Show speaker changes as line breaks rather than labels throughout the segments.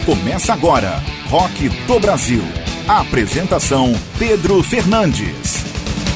Começa agora, Rock do Brasil. A apresentação, Pedro Fernandes.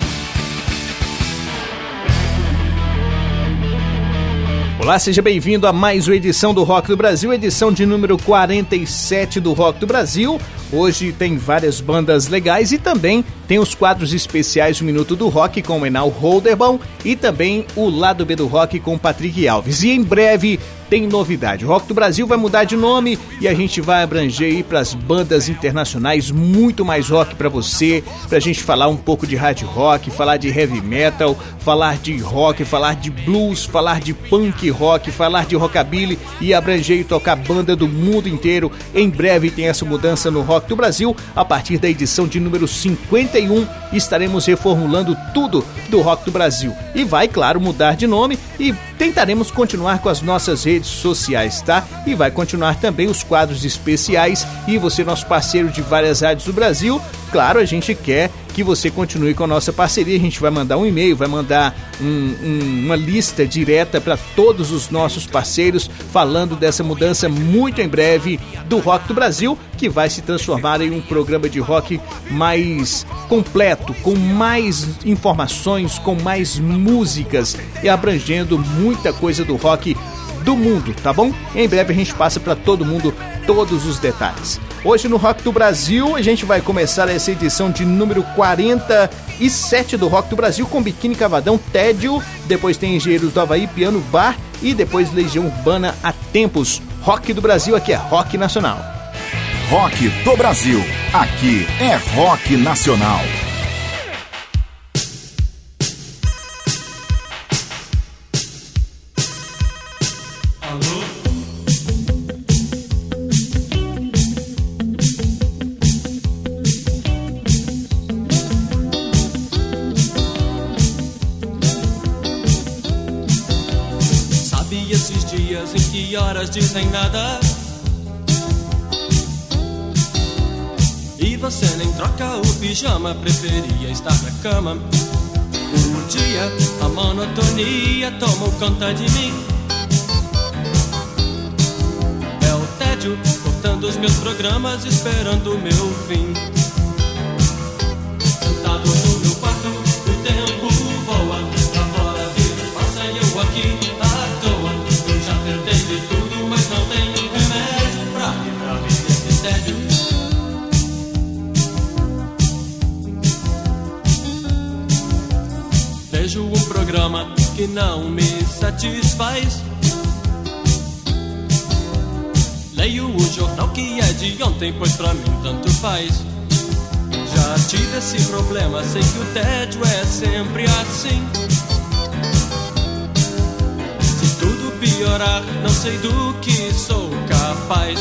Olá, seja bem-vindo a mais uma edição do Rock do Brasil, edição de número 47 do Rock do Brasil. Hoje tem várias bandas legais e também tem os quadros especiais do Minuto do Rock com o Enal Holderbaum e também o Lado B do Rock com o Patrick Alves. E em breve tem novidade. O Rock do Brasil vai mudar de nome e a gente vai abranger aí para as bandas internacionais, muito mais rock para você, pra gente falar um pouco de hard rock, falar de heavy metal, falar de rock, falar de blues, falar de punk rock, falar de rockabilly e abranger e tocar banda do mundo inteiro. Em breve tem essa mudança no Rock do Brasil. A partir da edição de número 51 estaremos reformulando tudo do Rock do Brasil. E vai, claro, mudar de nome e tentaremos continuar com as nossas redes sociais, tá? E vai continuar também os quadros especiais e você, nosso parceiro de várias rádios do Brasil. Claro, a gente quer que você continue com a nossa parceria. A gente vai mandar um e-mail, vai mandar uma lista direta para todos os nossos parceiros falando dessa mudança muito em breve do Rock do Brasil, que vai se transformar em um programa de rock mais completo, com mais informações, com mais músicas e abrangendo muita coisa do rock do mundo, tá bom? Em breve a gente passa para todo mundo todos os detalhes. Hoje no Rock do Brasil a gente vai começar essa edição de número 47 do Rock do Brasil com Biquíni Cavadão, Tédio, depois tem Engenheiros do Havaí, Piano Bar e depois Legião Urbana, Há Tempos. Rock do Brasil, aqui é Rock Nacional.
Rock do Brasil, aqui é Rock Nacional.
Horas dizem nada e você nem troca o pijama, preferia estar na cama. O dia, a monotonia tomam conta de mim. É o tédio cortando os meus programas, esperando o meu fim. Sentado no meu quarto, o tempo voa, lá fora a vida passa e eu aqui à toa. Eu já tentei de tudo, mas não tenho remédio pra livrar-me desse tédio. Vejo um programa que não me satisfaz. Leio o jornal que é de ontem, pois pra mim tanto faz. Já tive esse problema, sei que o tédio é sempre assim. Piorar, não sei do que sou capaz.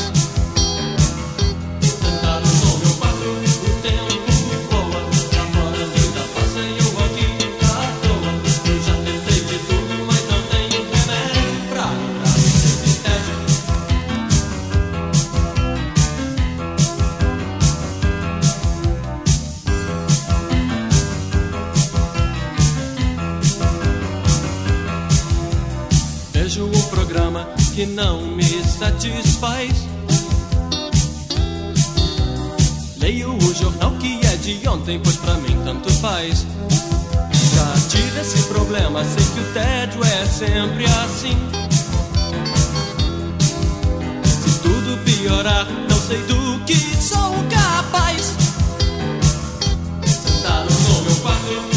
Sentado no meu quarto, o tempo voa, lá fora a vida passa e eu aqui à toa. Eu já tentei de tudo, mas não tenho remédio pra livrar-me desse tédio. Vejo um programa que não me satisfaz. Leio o jornal que é de ontem, pois pra mim tanto faz. Já tive esse problema, sei que o tédio é sempre assim. Se tudo piorar, não sei do que sou capaz. Sentado no meu quarto,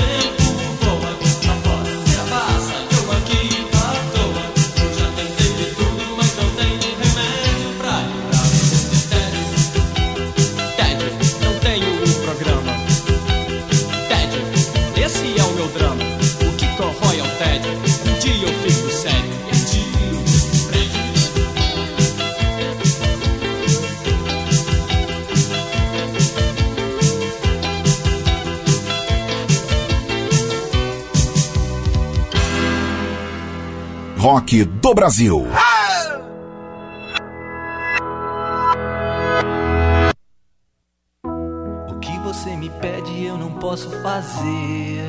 Rock do Brasil.
O que você me pede eu não posso fazer.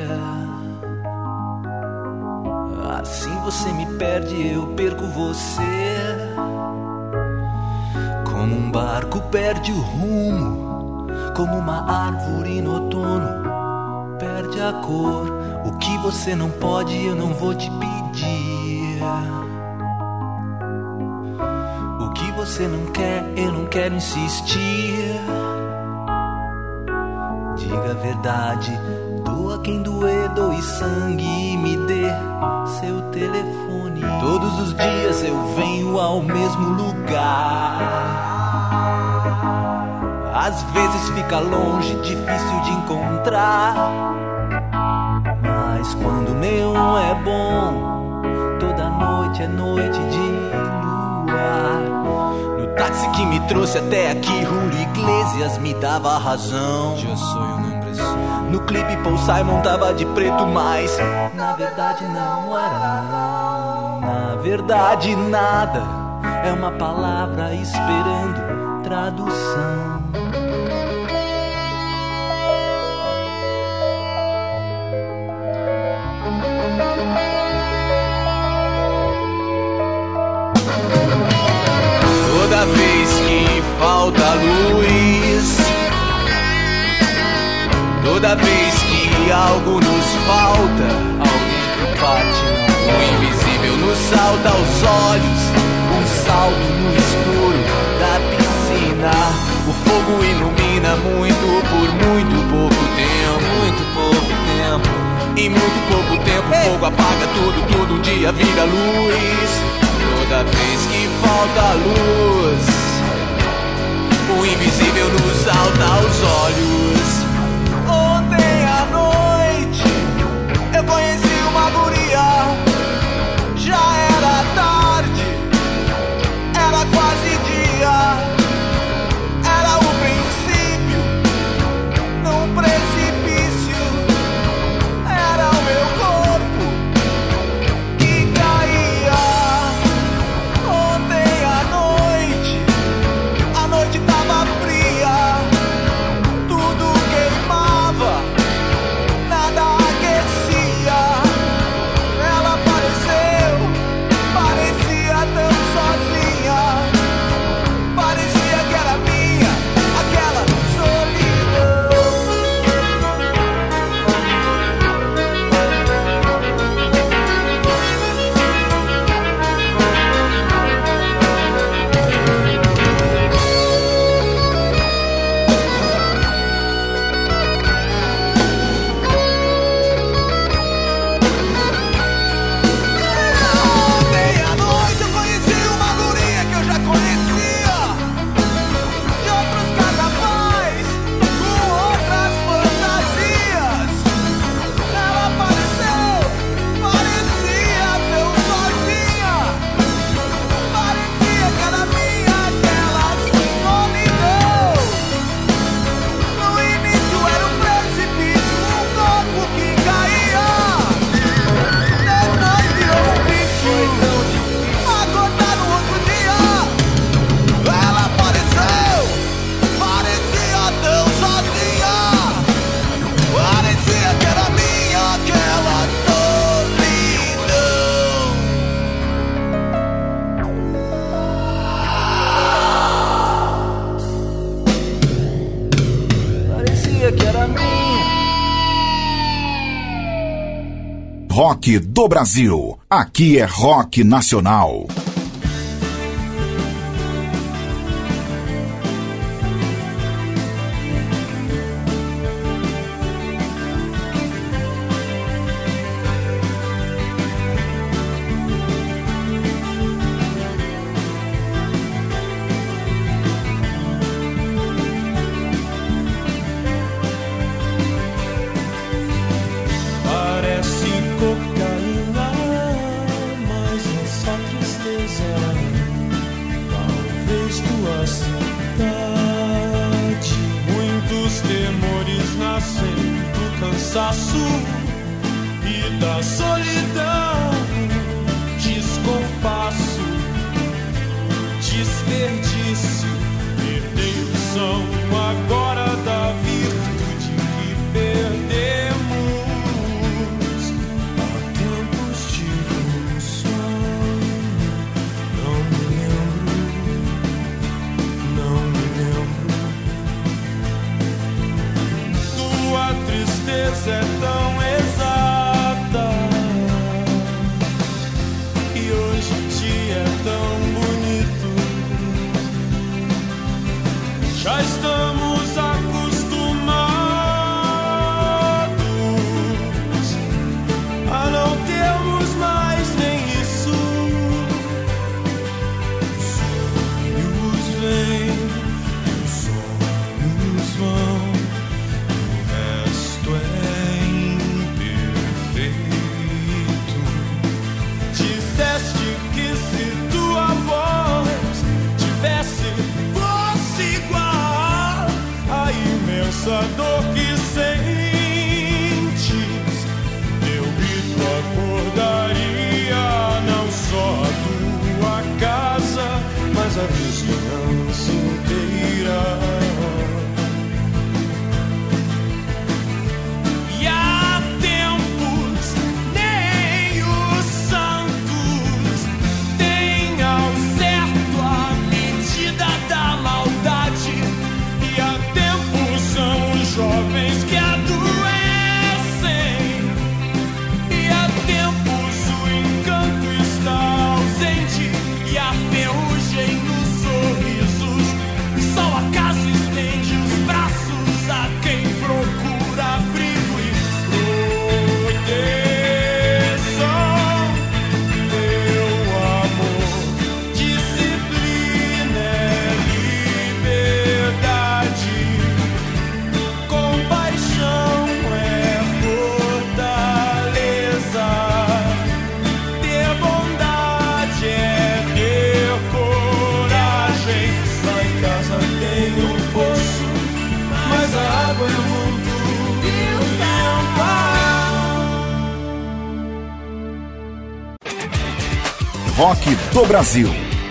Assim você me perde, eu perco você. Com Como um barco perde o rumo, como uma árvore no outono perde a cor. O que você não pode, eu não vou te pedir. O que você não quer, eu não quero insistir. Diga a verdade, doa quem doer, doe sangue e me dê seu telefone. Todos os dias eu venho ao mesmo lugar. Às vezes fica longe, difícil de encontrar. Mas quando o neon é bom, toda noite é noite de luar. No táxi que me trouxe até aqui, Julio Iglesias me dava razão.
Eu sou um homem só.
No clipe Paul Simon tava de preto, mas na verdade não era não. Na verdade nada, é uma palavra esperando tradução. Toda vez que falta luz, toda vez que algo nos falta, alguém que parte não. O invisível nos salta aos olhos, um salto no escuro da piscina. O fogo ilumina muito por muito pouco tempo. Muito pouco tempo. Em muito pouco tempo o fogo apaga tudo, tudo um dia vira luz. Toda vez que falta luz, o invisível nos salta aos olhos. Ontem à noite eu conheci uma guria. Já era tarde, era quase dia. Era o princípio num precipício. Era o meu corpo que caía. Ontem à noite, a noite tava fria. Tudo queimava, nada aquecia. Ela apareceu, parecia tão sozinha. Parecia que era minha, aquela solidão. Ontem à noite eu conheci uma guria que eu já conhecia de outros carnavais, com outras fantasias. Ela apareceu, parecia tão sozinha. Parecia que era minha aquela solidão. No início era um precipício, um corpo que caía. Depois virou um bicho, acordar no outro dia. Ela apareceu, parecia tão sozinha. Parecia que era minha aquela solidão. Parecia que era minha.
Rock do Brasil. Aqui é rock nacional.
Parece cocaína, mas é só tristeza. Talvez tua cidade. Muitos temores nascem do cansaço e da solidão. Descompasso, desperdício, perdeção agora da virtude que perdemos. Há tempos tive um sonho, não me lembro, Deus é tão exata e hoje o dia é tão bonito. Já estamos acostumados a não termos mais nem isso. Os sonhos vêm e os sonhos vão, o resto é imperfeito. Disseste que se tua voz tivesse fosse igual a imensa dor que sentes, teu grito acordaria não só a tua casa, mas a vizinhança inteira. E há tempos nem os santos têm ao certo a medida da maldade. E há tempos são os jovens que adoecem. E há tempos o encanto está ausente e a ferrugem nos sorrisos. E só o acaso estende os braços a quem procura abrigo e proteção. Meu amor, disciplina é liberdade, compaixão é fortaleza, ter bondade é ter coragem. Lá em casa tem um poço, mas a água é muito limpa.
Rock do Brasil.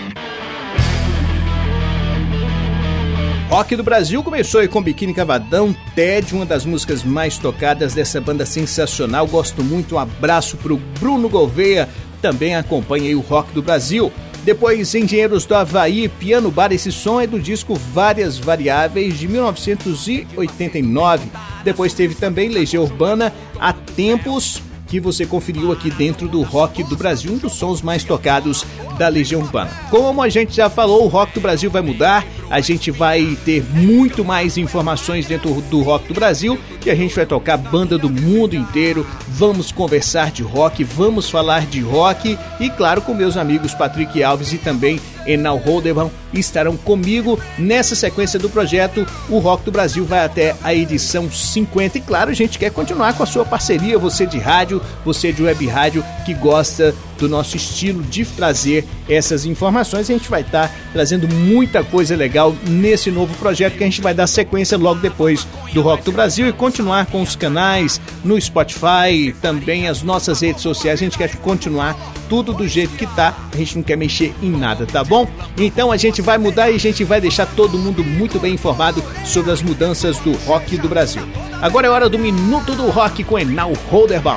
Rock do Brasil começou aí com Biquíni Cavadão, Ted, uma das músicas mais tocadas dessa banda sensacional. Gosto muito, um abraço pro Bruno Gouveia, também acompanha aí o Rock do Brasil. Depois, Engenheiros do Havaí, Piano Bar, esse som é do disco Várias Variáveis, de 1989. Depois teve também Legião Urbana, Há Tempos, que você conferiu aqui dentro do Rock do Brasil, um dos sons mais tocados da Legião Urbana. Como a gente já falou, o Rock do Brasil vai mudar, a gente vai ter muito mais informações dentro do Rock do Brasil e a gente vai tocar banda do mundo inteiro, vamos conversar de rock, vamos falar de rock e claro, com meus amigos Patrick Alves e também Enal Holderman estarão comigo nessa sequência do projeto. O Rock do Brasil vai até a edição 50 e claro, a gente quer continuar com a sua parceria, você de rádio, você de web rádio que gosta do nosso estilo de trazer essas informações. A gente vai estar trazendo muita coisa legal nesse novo projeto que a gente vai dar sequência logo depois do Rock do Brasil e continuar com os canais no Spotify, também as nossas redes sociais. A gente quer continuar tudo do jeito que tá, a gente não quer mexer em nada, tá bom? Então a gente vai mudar e a gente vai deixar todo mundo muito bem informado sobre as mudanças do Rock do Brasil. Agora é hora do Minuto do Rock com Enal Holderbaum.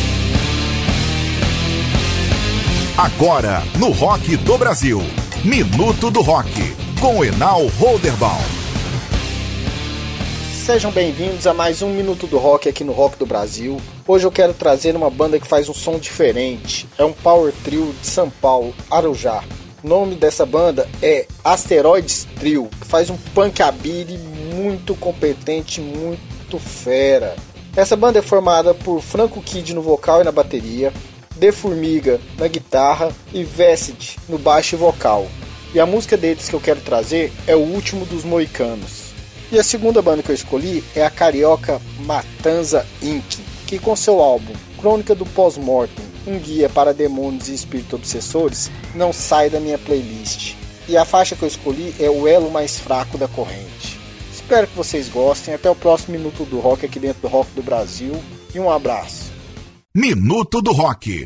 Agora, no Rock do Brasil, Minuto do Rock, com Enal Holderbaum.
Sejam bem-vindos a mais um Minuto do Rock aqui no Rock do Brasil. Hoje eu quero trazer uma banda que faz um som diferente. É um power trio de São Paulo, Arujá. O nome dessa banda é Asteroids Trio, que faz um punkabilly muito competente, muito fera. Essa banda é formada por Franco Kid no vocal e na bateria, De Formiga na guitarra e Vessid no baixo e vocal. E a música deles que eu quero trazer é O Último dos Moicanos. E a segunda banda que eu escolhi é a carioca Matanza Inc., que com seu álbum Crônica do Pós-Mortem, um guia para demônios e espíritos obsessores, não sai da minha playlist. E a faixa que eu escolhi é O Elo Mais Fraco da Corrente. Espero que vocês gostem. Até o próximo Minuto do Rock aqui dentro do Rock do Brasil. E um abraço.
Minuto do Rock.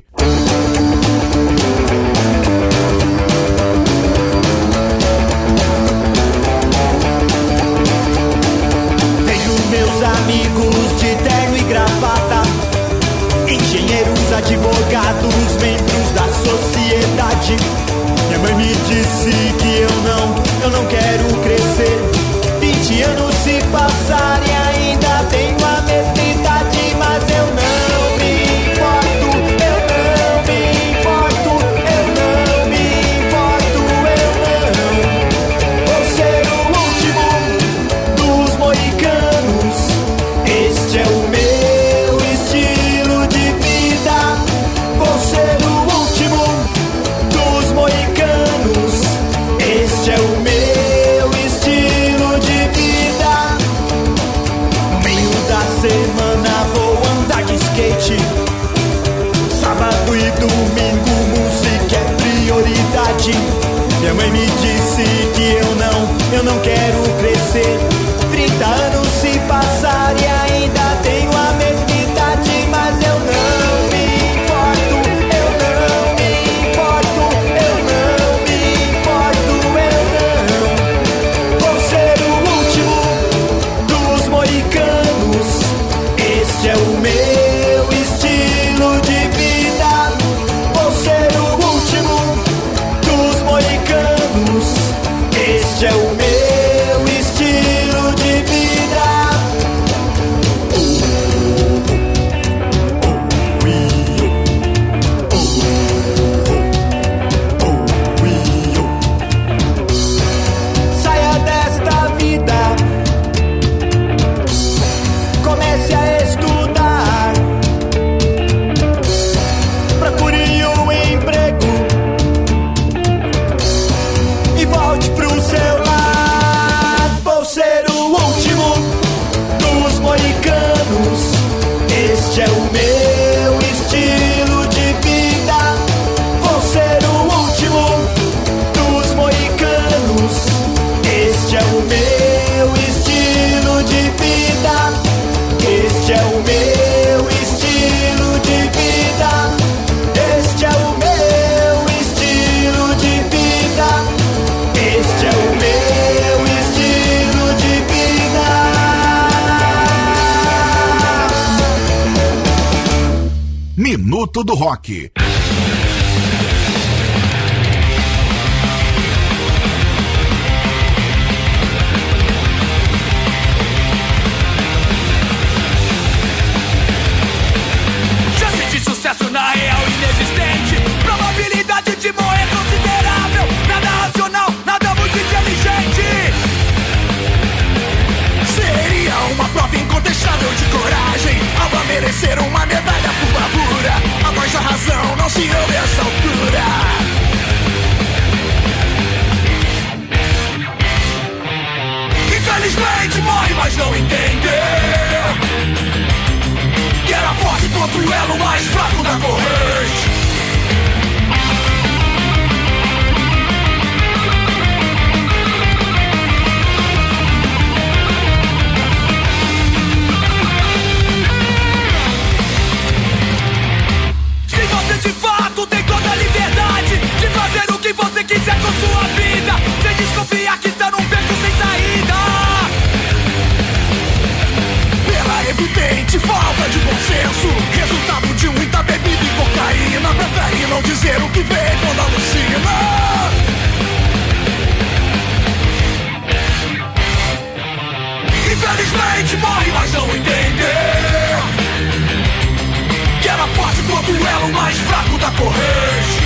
Vejo meus amigos de terno e gravata, engenheiros, advogados, membros da sociedade. Minha mãe me disse que eu não quero crescer. 20 anos se passarem, ainda tenho a mesma idade. domingo música é prioridade. Minha mãe me disse que eu não quero crescer. 30 anos se passaram e ainda tenho a mesma idade, mas eu não me importo, eu não me importo, eu não me importo, eu não vou ser o último dos moicanos. Este é o meu estilo de vida. Vou ser o último dos moicanos. Este é o meu estilo de vida. Saia desta vida, comece a estudar, procure um emprego e volte pro seu lar. Vou ser o último dos moicanos. Este é o meu estilo de vida. Vou ser o último dos moicanos. Este é o meu estilo de vida. Este é o meu estilo de vida. Este é o meu estilo de vida. Este é o meu estilo de vida.
Minuto do Rock.
Chance de sucesso na real inexistente. Probabilidade de morrer considerável. Nada racional, nada muito inteligente. Seria uma prova incontestável de coragem. Algo a merecer uma medalha por bravura. A voz da razão não se ouve a essa altura. Infelizmente morre, mas não entendeu que era forte contra o elo mais fraco da corrente. Se você de fato tem toda a liberdade de fazer o que você quiser com sua vida, sem desconfiar que está num beco sem saída, pela evidente falta de bom senso, resultado de muita bebida e cocaína, prefere não dizer o que vê quando alucina. Infelizmente morre, mas não entender que era forte contra o elo mais fraco da corrente.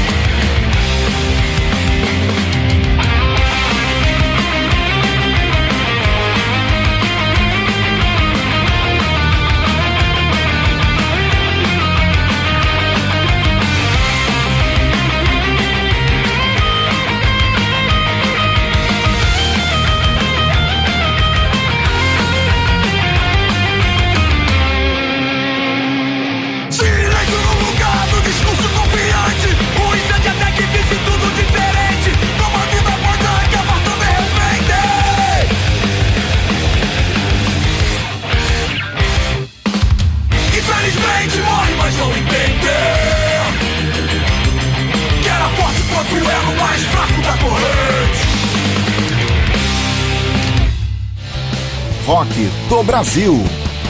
Silêncio no lugar do discurso confiante. O instante até que visse tudo diferente. Como a vida pode acabar tão de repente. Infelizmente morre, mas não entender que era forte contra o elo mais fraco da corrente.
Rock do Brasil.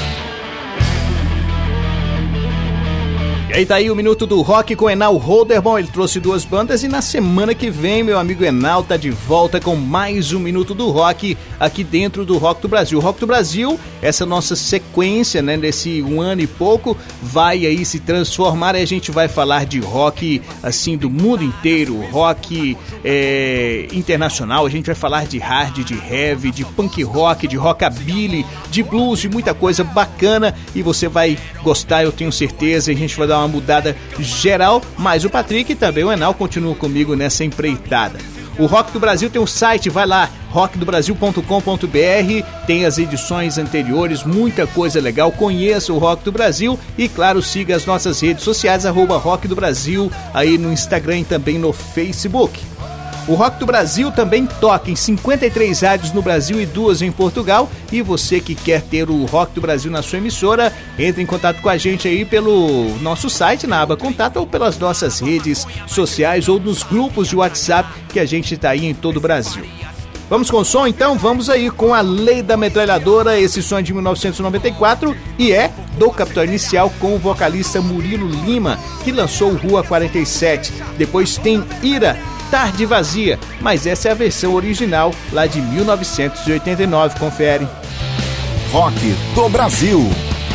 E aí tá aí o Minuto do Rock com Enal Holderman. Ele trouxe duas bandas e na semana que vem meu amigo Enal tá de volta com mais um Minuto do Rock aqui dentro do Rock do Brasil. O Rock do Brasil, essa nossa sequência, né, desse um ano e pouco, vai aí se transformar e a gente vai falar de rock assim do mundo inteiro, rock internacional, a gente vai falar de hard, de heavy, de punk rock, de rockabilly, de blues, de muita coisa bacana e você vai gostar, eu tenho certeza. A gente vai dar uma mudada geral, mas o Patrick e também o Enal continuam comigo nessa empreitada. O Rock do Brasil tem um site, vai lá, rockdobrasil.com.br, tem as edições anteriores, muita coisa legal, conheça o Rock do Brasil e, claro, siga as nossas redes sociais, @Rock do Brasil, aí no Instagram e também no Facebook. O Rock do Brasil também toca em 53 rádios no Brasil e 2 em Portugal. E você que quer ter o Rock do Brasil na sua emissora, entre em contato com a gente aí pelo nosso site, na aba Contato, ou pelas nossas redes sociais ou nos grupos de WhatsApp que a gente está aí em todo o Brasil. Vamos com o som então? Vamos aí com A Lei da Metralhadora, esse som é de 1994 e é do Capital Inicial com o vocalista Murilo Lima, que lançou Rua 47. Depois tem Ira, Tarde Vazia, mas essa é a versão original lá de 1989, confere.
Rock do Brasil.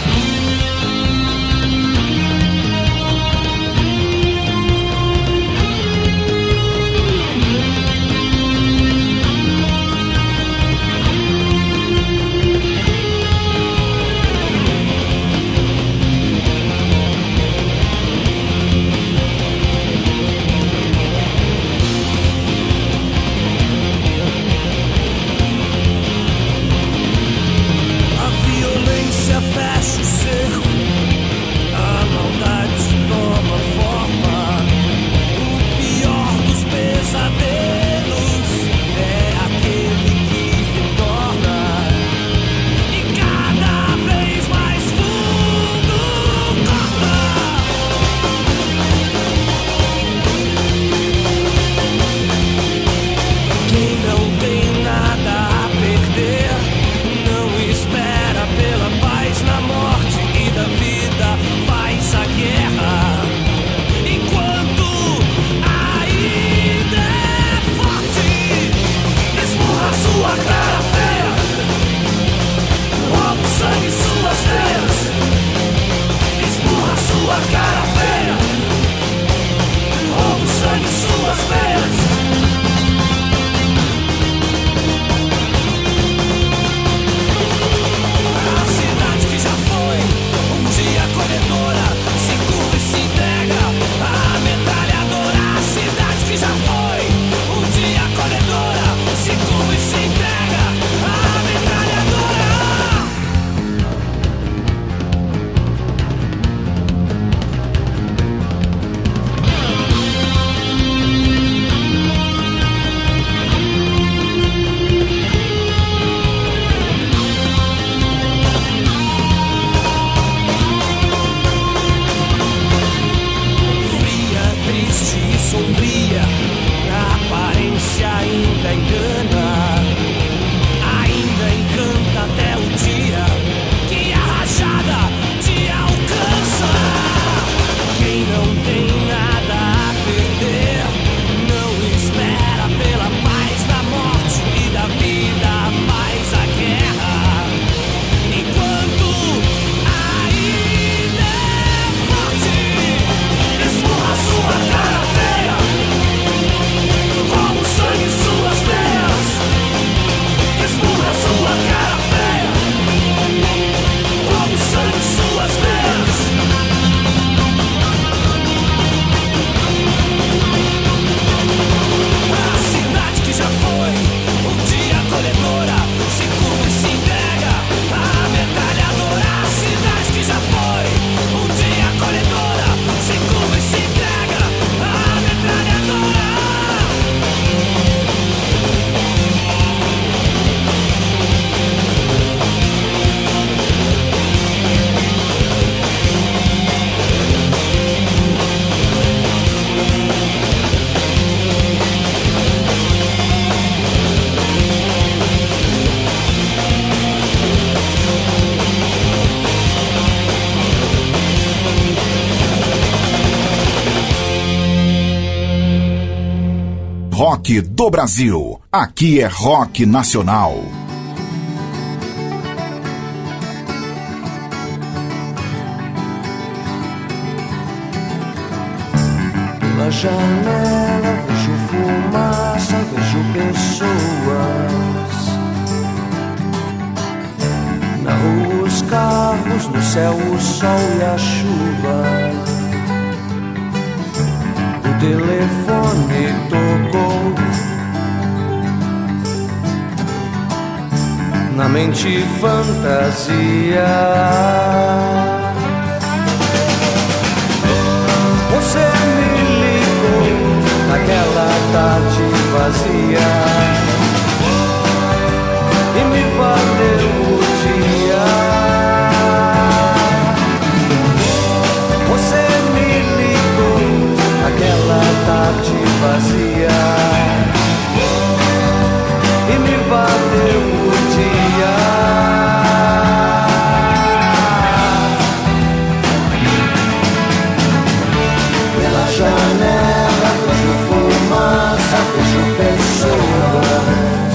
Rock do Brasil. Aqui é rock nacional.
Pela janela vejo fumaça, vejo pessoas. Na rua os carros, no céu o sol e a chuva. O telefone tocou, na mente fantasia. Você me ligou naquela tarde vazia e me valeu o dia. Você me ligou naquela tarde vazia e me valeu o dia. Pela janela vejo fumaça, vejo pessoas.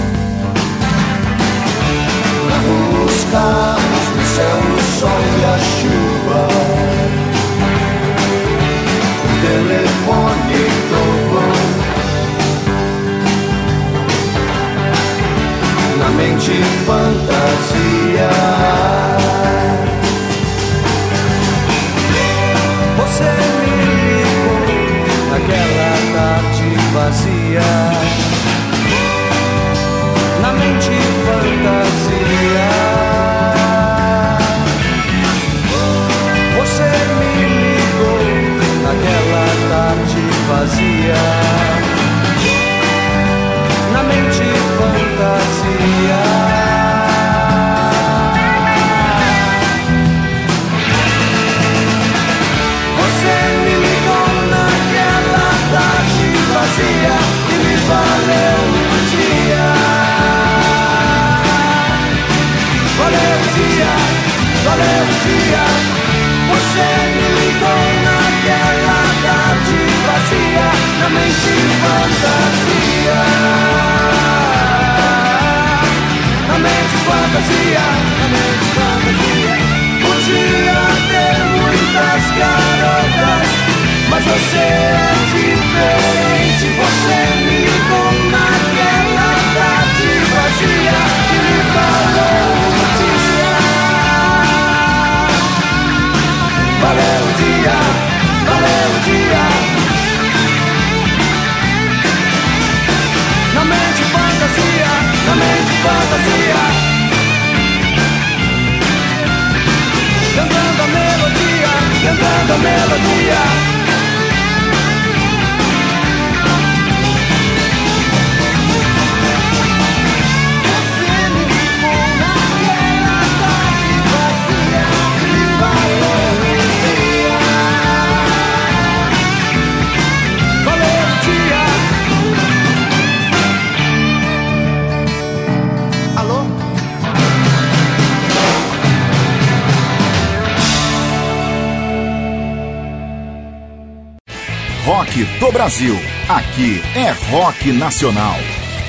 Na rua os carros, no céu o sol e a chuva. O telefone tocou na mente fantasia. Você me ligou naquela tarde vazia, na mente fantasia. Você me ligou naquela tarde vazia, na mente fantasia. Você me ligou naquela tarde vazia e me valeu o dia. Valeu o dia, valeu o dia. Você me ligou naquela tarde vazia, na mente fantasia. Na mente fantasia, na mente fantasia. Podia ter muitas garotas, mas você é diferente. Você me ligou naquela tarde vazia e me valeu o dia. Valeu o dia, valeu o dia. Na mente fantasia, na mente fantasia. Cantando a melodia, cantando a melodia.
Rock do Brasil. Aqui é rock nacional.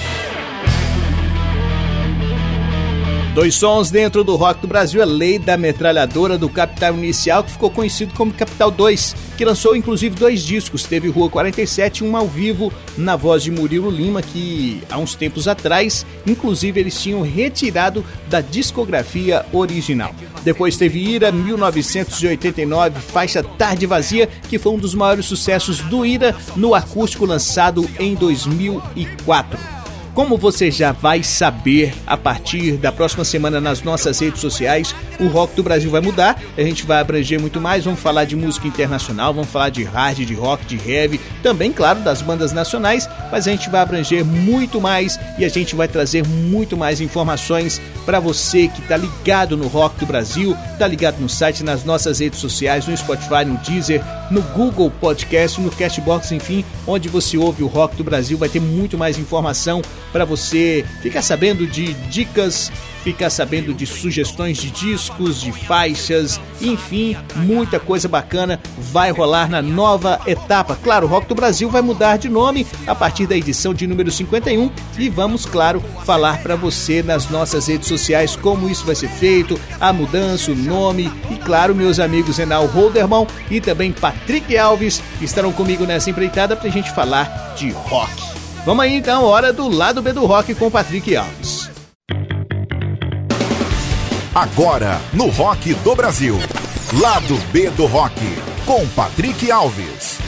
Dois sons dentro do Rock do Brasil, a Lei da Metralhadora do Capital Inicial, que ficou conhecido como Capital 2, que lançou inclusive 2 discos, teve Rua 47 e um ao vivo na voz de Murilo Lima, que há uns tempos atrás, inclusive eles tinham retirado da discografia original. Depois teve Ira, 1989, faixa Tarde Vazia, que foi um dos maiores sucessos do Ira no acústico lançado em 2004. Como você já vai saber, a partir da próxima semana nas nossas redes sociais, o Rock do Brasil vai mudar, a gente vai abranger muito mais, vamos falar de música internacional, vamos falar de hard, de rock, de heavy, também, claro, das bandas nacionais, mas a gente vai abranger muito mais e a gente vai trazer muito mais informações para você que está ligado no Rock do Brasil, está ligado no site, nas nossas redes sociais, no Spotify, no Deezer, no Google Podcast, no Castbox, enfim, onde você ouve o Rock do Brasil, vai ter muito mais informação para você ficar sabendo de dicas, ficar sabendo de sugestões de discos, de faixas, enfim, muita coisa bacana vai rolar na nova etapa. Claro, o Rock do Brasil vai mudar de nome a partir da edição de número 51 e vamos, claro, falar para você nas nossas redes sociais como isso vai ser feito, a mudança, o nome e, claro, meus amigos Renal Holderman e também Patrick Alves estarão comigo nessa empreitada para a gente falar de rock. Vamos aí então, hora do Lado B do Rock com Patrick Alves.
Agora, no Rock do Brasil, Lado B do Rock, com Patrick Alves.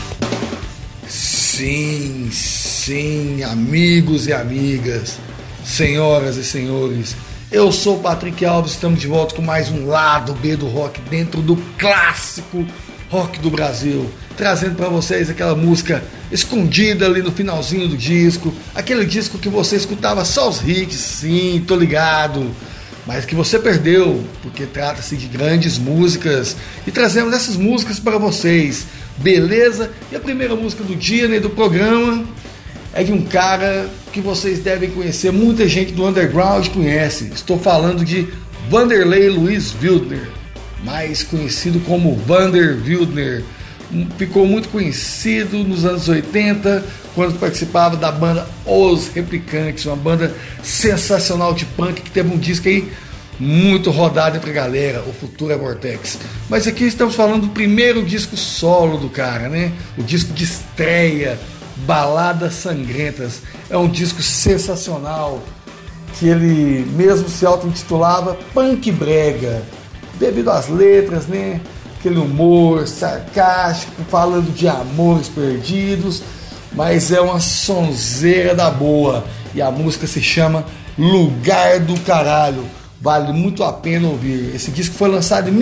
Sim, amigos e amigas, senhoras e senhores, Eu sou o Patrick Alves, estamos de volta com mais um Lado B do Rock dentro do clássico rock do Brasil, trazendo para vocês aquela música escondida ali no finalzinho do disco, aquele disco que você escutava só os hits, sim, tô ligado, mas que você perdeu, porque trata-se de grandes músicas, e trazemos essas músicas para vocês, beleza? E a primeira música do dia, né, do programa, é de um cara que vocês devem conhecer, muita gente do underground conhece. Estou falando de Vanderlei Luiz Wildner, mais conhecido como Vander Wildner. Ficou muito conhecido nos anos 80, quando participava da banda Os Replicantes, uma banda sensacional de punk que teve um disco aí muito rodado entre a galera, O Futuro é Vortex. Mas aqui estamos falando do primeiro disco solo do cara, né? O disco de estreia, Baladas Sangrentas. É um disco sensacional que ele mesmo se auto-intitulava Punk Brega, devido às letras, né? Aquele humor sarcástico, falando de amores perdidos, mas é uma sonzeira da boa. E a música se chama Lugar do Caralho. Vale muito a pena ouvir. Esse disco foi lançado em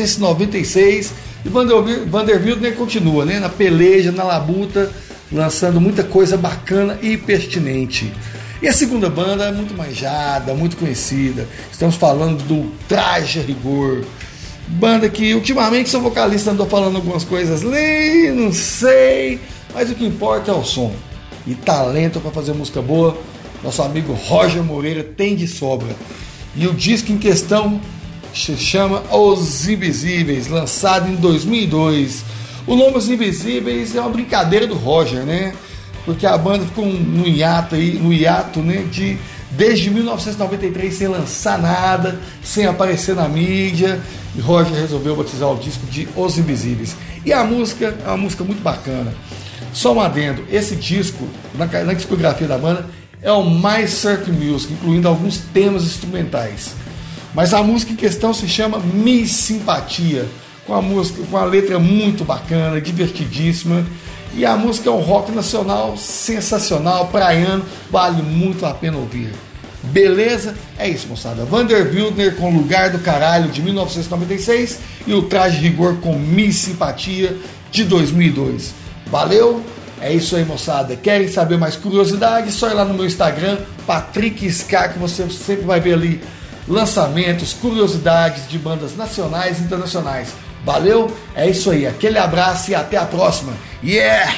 1996 e Vander Wildner continua, né? Na peleja, na labuta, lançando muita coisa bacana e pertinente. E a segunda banda é muito manjada, muito conhecida. Estamos falando do Traje a Rigor. Banda que ultimamente seu vocalista andou falando algumas coisas ali, não sei, mas o que importa é o som. E talento para fazer música boa, nosso amigo Roger Moreira tem de sobra. E o disco em questão se chama Os Invisíveis, lançado em 2002. O nome Os Invisíveis é uma brincadeira do Roger, né? Porque a banda ficou no hiato, né? Desde 1993 sem lançar nada, sem aparecer na mídia. E Roger resolveu batizar o disco de Os Invisíveis. E a música é uma música muito bacana. Só um adendo, esse disco, na discografia da banda, é o mais surf music, incluindo alguns temas instrumentais. Mas a música em questão se chama Miss Simpatia, com a letra muito bacana, divertidíssima. E a música é um rock nacional sensacional, praiano, vale muito a pena ouvir. Beleza? É isso, moçada. Vander Wildner com Lugar do Caralho, de 1996, e o Traje Rigor com Miss Simpatia, de 2002. Valeu? É isso aí, moçada. Querem saber mais curiosidades? Só ir lá no meu Instagram, Patrick Ska, que você sempre vai ver ali lançamentos, curiosidades de bandas nacionais e internacionais. Valeu? É isso aí. Aquele abraço e até a próxima. Yeah!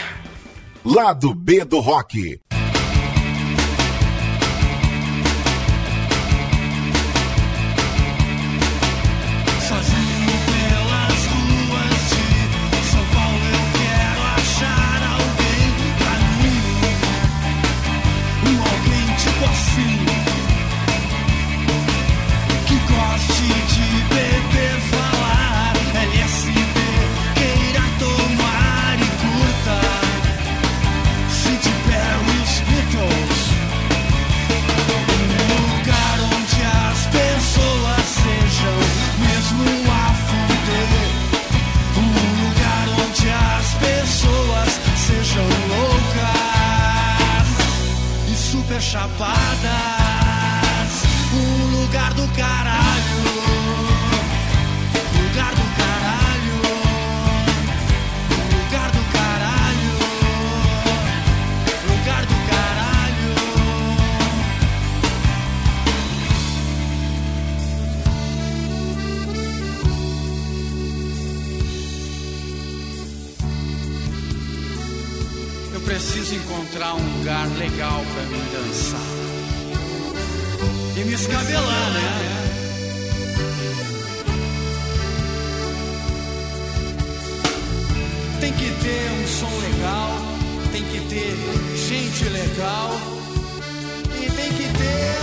Lado B do Rock.
Chapadas, um lugar do caralho, lugar do caralho, lugar do caralho, lugar do caralho. Eu preciso encontrar um lugar legal pra mim dançar e me escabelar, né? Tem que ter um som legal, tem que ter gente legal e tem que ter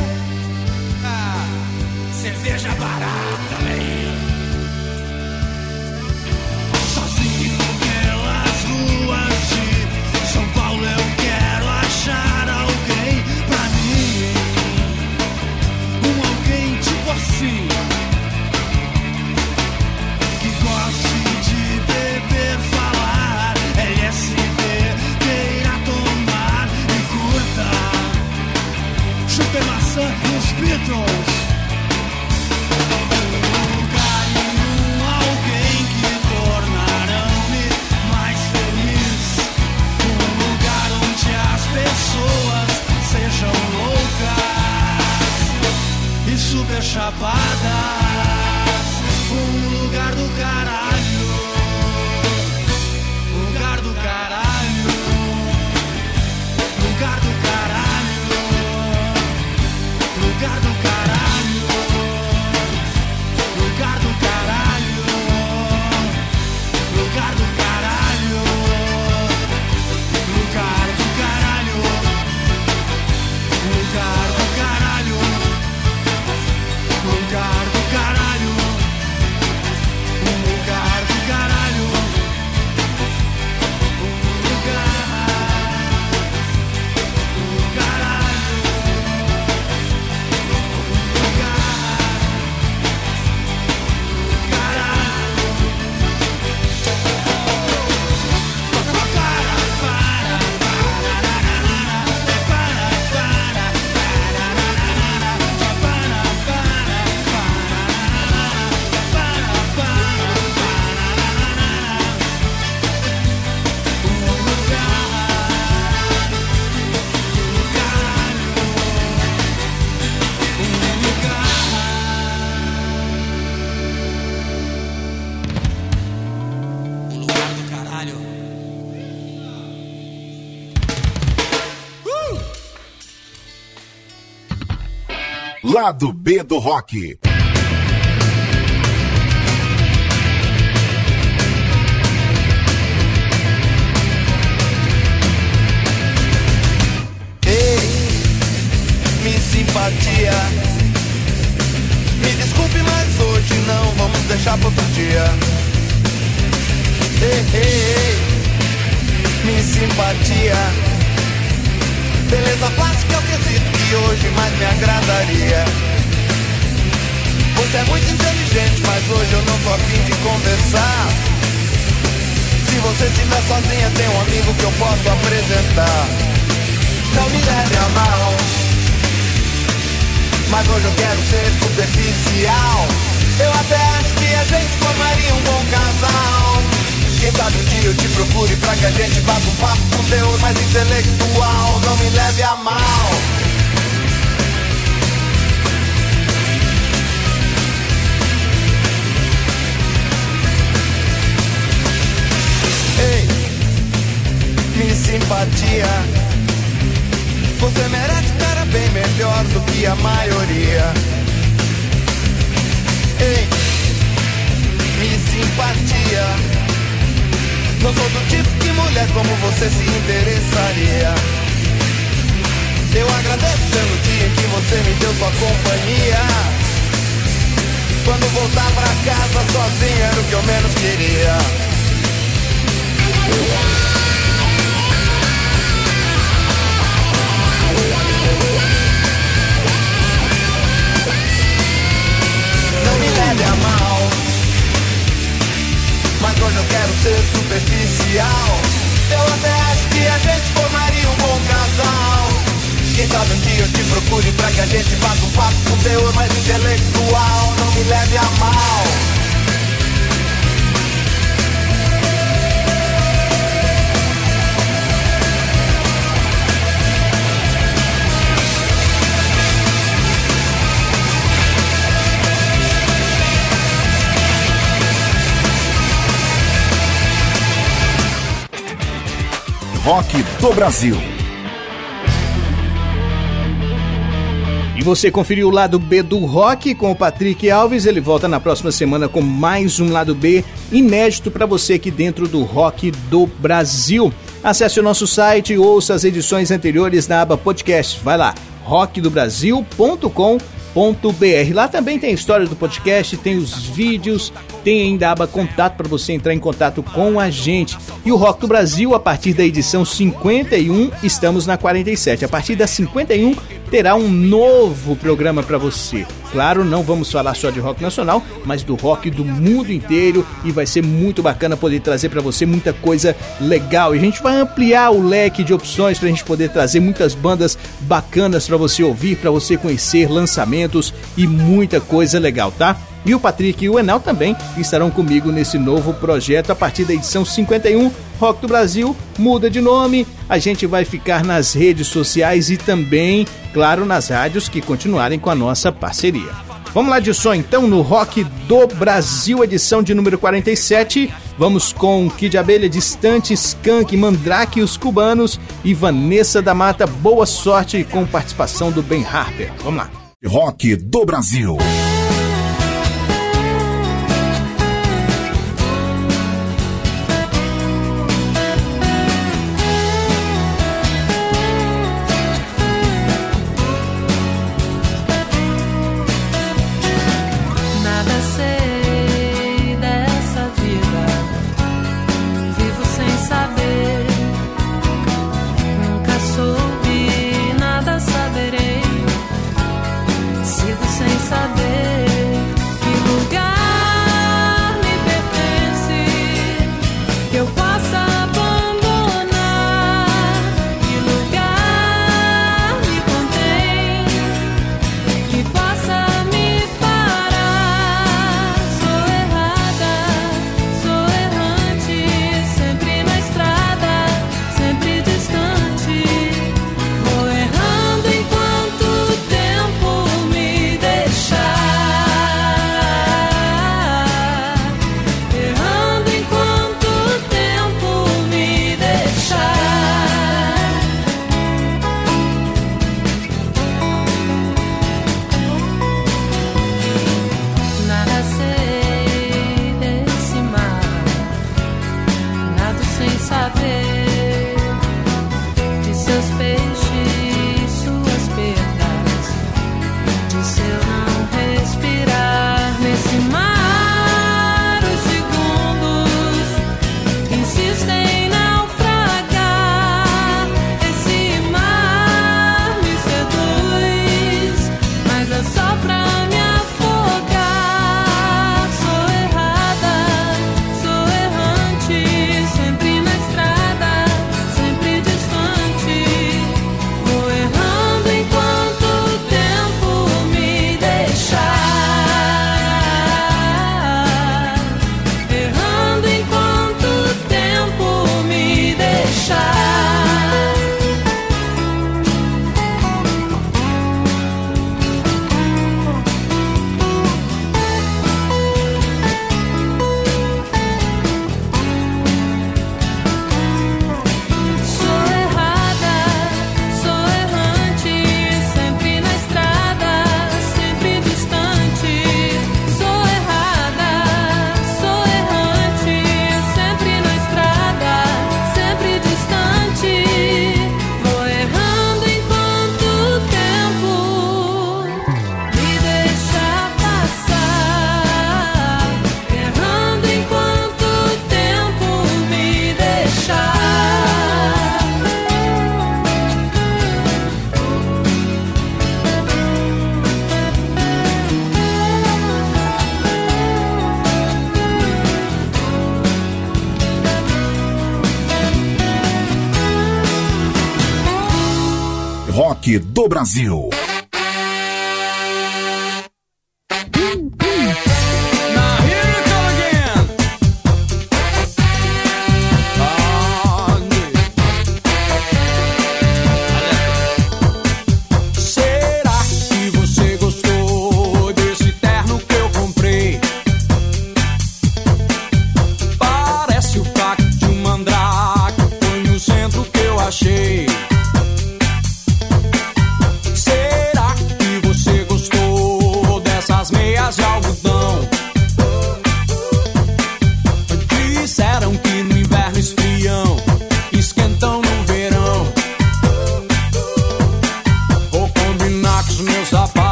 cerveja barata, né? Sozinho pelas ruas de São Paulo eu quero achar alguém pra mim, alguém tipo assim, que goste de beber, falar, LSD, queira tomar e curta, chupa maçã e os Beatles. super chapadas, um lugar do caralho, lugar do caralho, lugar do caralho, lugar do caralho, lugar do caralho, lugar do caralho, lugar do caralho, lugar do caralho, lugar do caralho, lugar do caralho,
Lado B do Rock.
Ei, minha simpatia, me desculpe, mas hoje não, vamos deixar para outro dia. Ei, minha simpatia, beleza plástica é o quesito que hoje mais me agradaria. Você é muito inteligente, mas hoje eu não tô a fim de conversar. Se você estiver sozinha, tem um amigo que eu posso apresentar. Não me leve a mal, mas hoje eu quero ser superficial. Eu até acho que a gente formaria um bom casal. Quem sabe um dia eu te procure pra que a gente faça um papo com teor mais intelectual. Não me leve a mal. Ei, minha simpatia, você merece cara bem melhor do que a maioria. Ei, minha simpatia, não sou do tipo de mulher como você se interessaria. Eu agradeço pelo dia que você me deu sua companhia. Quando voltar pra casa sozinho era o que eu menos queria. Não me leve a mal, mas hoje eu quero ser superficial. Eu até acho que a gente formaria um bom casal. Quem sabe um dia eu te procure pra que a gente faça um papo com teor mais intelectual. Não me leve a mal.
Rock do Brasil.
E você conferiu o Lado B do Rock com o Patrick Alves. Ele volta na próxima semana com mais um Lado B inédito para você aqui dentro do Rock do Brasil. Acesse o nosso site e ouça as edições anteriores na aba podcast. Vai lá, rockdobrasil.com.br. Lá também tem a história do podcast, tem os vídeos, tem ainda a aba contato para você entrar em contato com a gente. E o Rock do Brasil, a partir da edição 51, estamos na 47. A partir da 51 terá um novo programa para você. Claro, não vamos falar só de rock nacional, mas do rock do mundo inteiro, e vai ser muito bacana poder trazer para você muita coisa legal. E a gente vai ampliar o leque de opções para a gente poder trazer muitas bandas bacanas para você ouvir, para você conhecer, lançamentos e muita coisa legal, tá? e o Patrick e o Enel também estarão comigo nesse novo projeto a partir da edição 51. Rock do Brasil muda de nome, a gente vai ficar nas redes sociais e também, claro, nas rádios que continuarem com a nossa parceria. Vamos lá de som então no Rock do Brasil, edição de número 47. Vamos com Kid Abelha, Distante, Skank, Mandrake e os Cubanos e Vanessa da Mata, Boa Sorte, com participação do Ben Harper. Vamos lá.
Rock do Brasil. Rock do Brasil.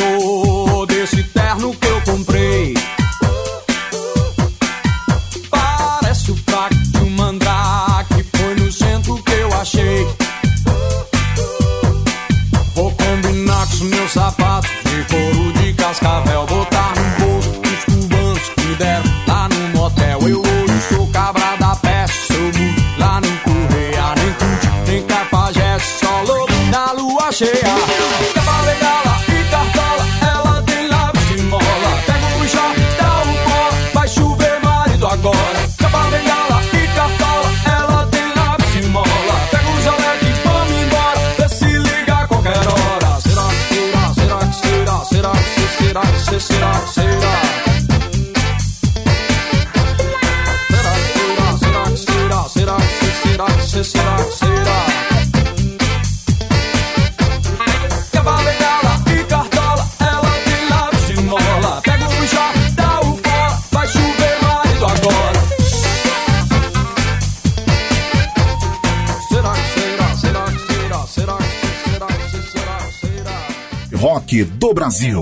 cor desse terno que eu comprei. Parece o fraco de um mandrake, foi no centro que eu achei. Vou combinar com os meus sapatos de couro de cascavel, botar no bolso os cubanos que me deram lá no motel. Eu hoje sou cabra da peste, sou mudo lá no Correia, nem Tuti, nem Cafajeste, só louco na lua cheia. Capa bengala e cartola, ela tem lábios de mola. Pega o chá, dá um cola, vai chover marido agora. Capa bengala e cartola, ela tem lábios de mola. Pega o jaleque e vamos embora, vê se liga a qualquer hora. Será que será, será que será, será que será, será que será, será? Será que será? Capa bengala e cartola, ela tem lábios de mola. Pega o chá, dá o cola, vai chover marido agora. Será que será? Será que será? Será que será? Será?
Rock do Brasil.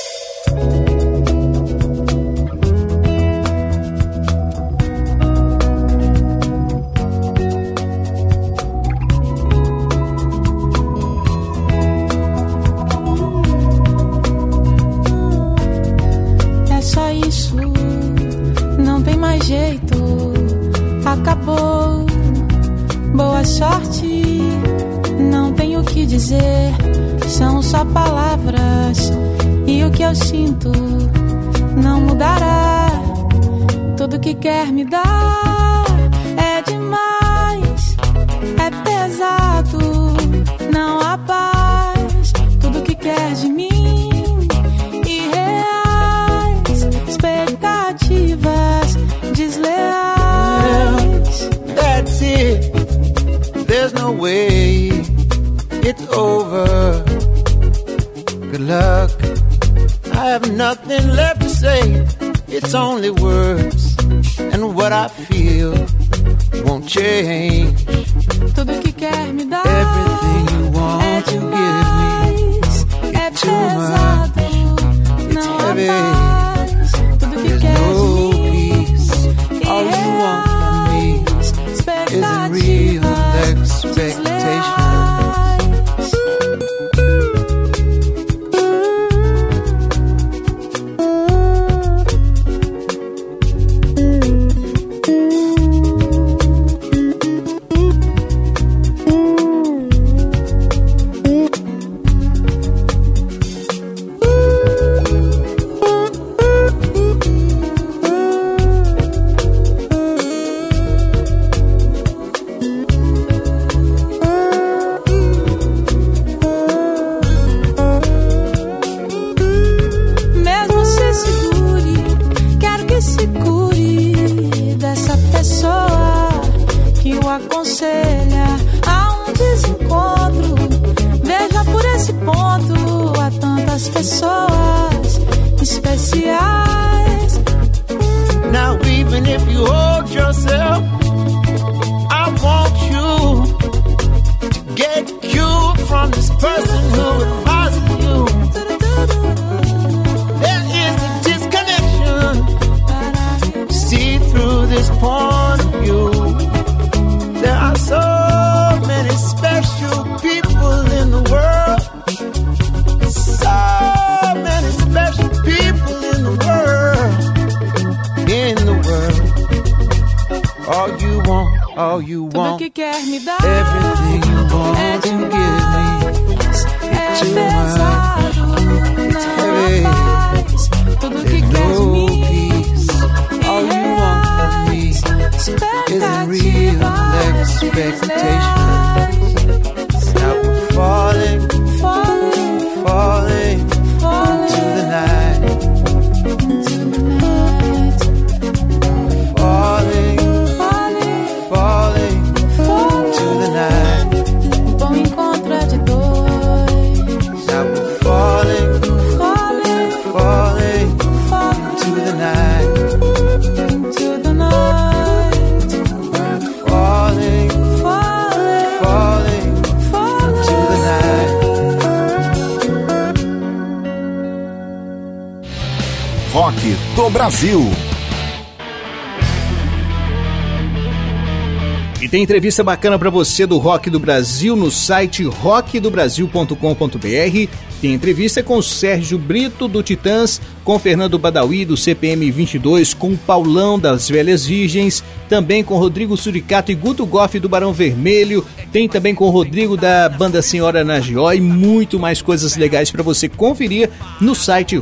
É só isso, não tem mais jeito, acabou. Boa sorte, não tenho o que dizer, são só palavras. E o que eu sinto não mudará. Tudo que quer me dar é demais, é pesado, não há paz. Tudo que quer de mim, irreais, expectativas desleais.
That's it, there's no way, it's over. Good luck, I have nothing left to say. It's only words, and what I feel won't change.
Tudo que quer me dar
everything you want
é
to
demais,
give me,
é
it's too much,
pesado,
it's
não há
heavy.
paz. Tudo que
There's
quer
no
de mim,
peace. All you want from me isn't real expectation.
Mesmo se segure, quero que se cure dessa pessoa que o aconselha a um desencontro. Veja por esse ponto, há tantas pessoas especiais.
Now even if you hold yourself, I want you to get cured from this person who advises you. There is a disconnection. See through this point of view. There are so many special people in the world. So many special people in the world. In the world. All you
Tudo
want,
que quer me dar
everything you want
é
to give me.
demais, é
too
pesado, não
heavy.
há paz. Tudo que
There's
quer de
no
mim,
peace. All you want from me isn't real expectation. Now we're falling, falling into the night. Falling, falling into the night.
Bom encontro é de dois.
Now we're
Rock do Brasil.
E tem entrevista bacana para você do Rock do Brasil no site rockdobrasil.com.br. Tem entrevista com Sérgio Brito do Titãs, com Fernando Badawi do CPM 22, com Paulão das Velhas Virgens, também com Rodrigo Suricato e Guto Goff do Barão Vermelho, tem também com o Rodrigo da Banda Senhora Nagió e muito mais coisas legais para você conferir no site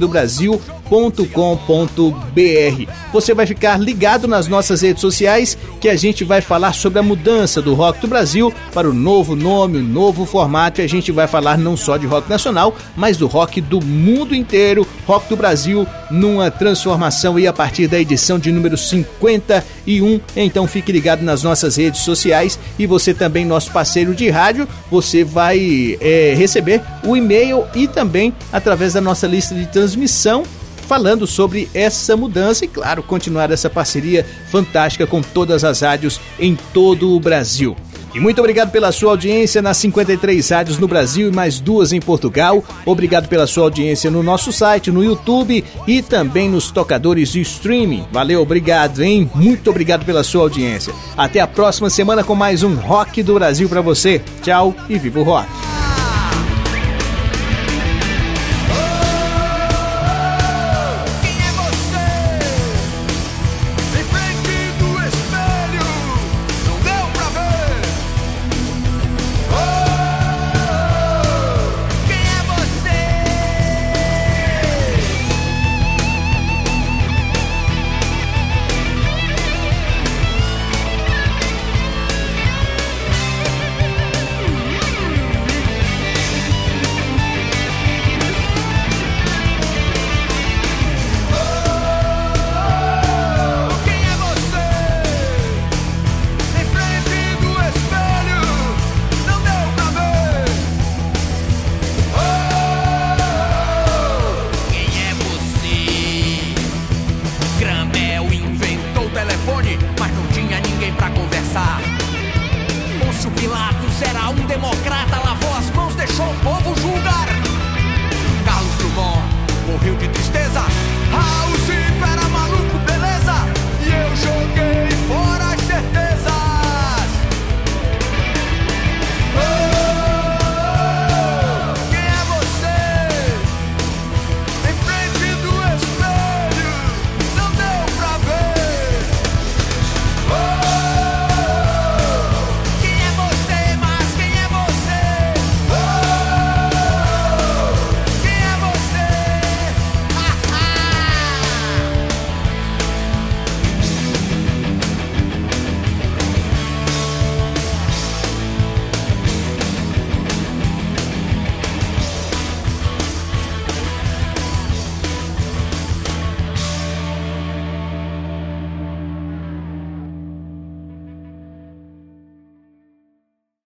rockdobrasil.com.br. Você vai ficar ligado nas nossas redes sociais que a gente vai falar sobre a mudança do Rock do Brasil para o novo nome, o novo formato, e a gente vai falar não só de rock nacional, mas do rock do mundo inteiro, Rock do Brasil numa transformação e a partir da edição de número 51. Então fique ligado nas nossas redes sociais e você também, nosso parceiro de rádio, você vai receber o e-mail e também através da nossa lista de transmissão falando sobre essa mudança e, claro, continuar essa parceria fantástica com todas as rádios em todo o Brasil. E muito obrigado pela sua audiência nas 53 rádios no Brasil e mais 2 em Portugal. Obrigado pela sua audiência no nosso site, no YouTube e também nos tocadores de streaming. Valeu, obrigado, hein? Muito obrigado pela sua audiência. Até a próxima semana com mais um Rock do Brasil pra você. Tchau e viva o rock!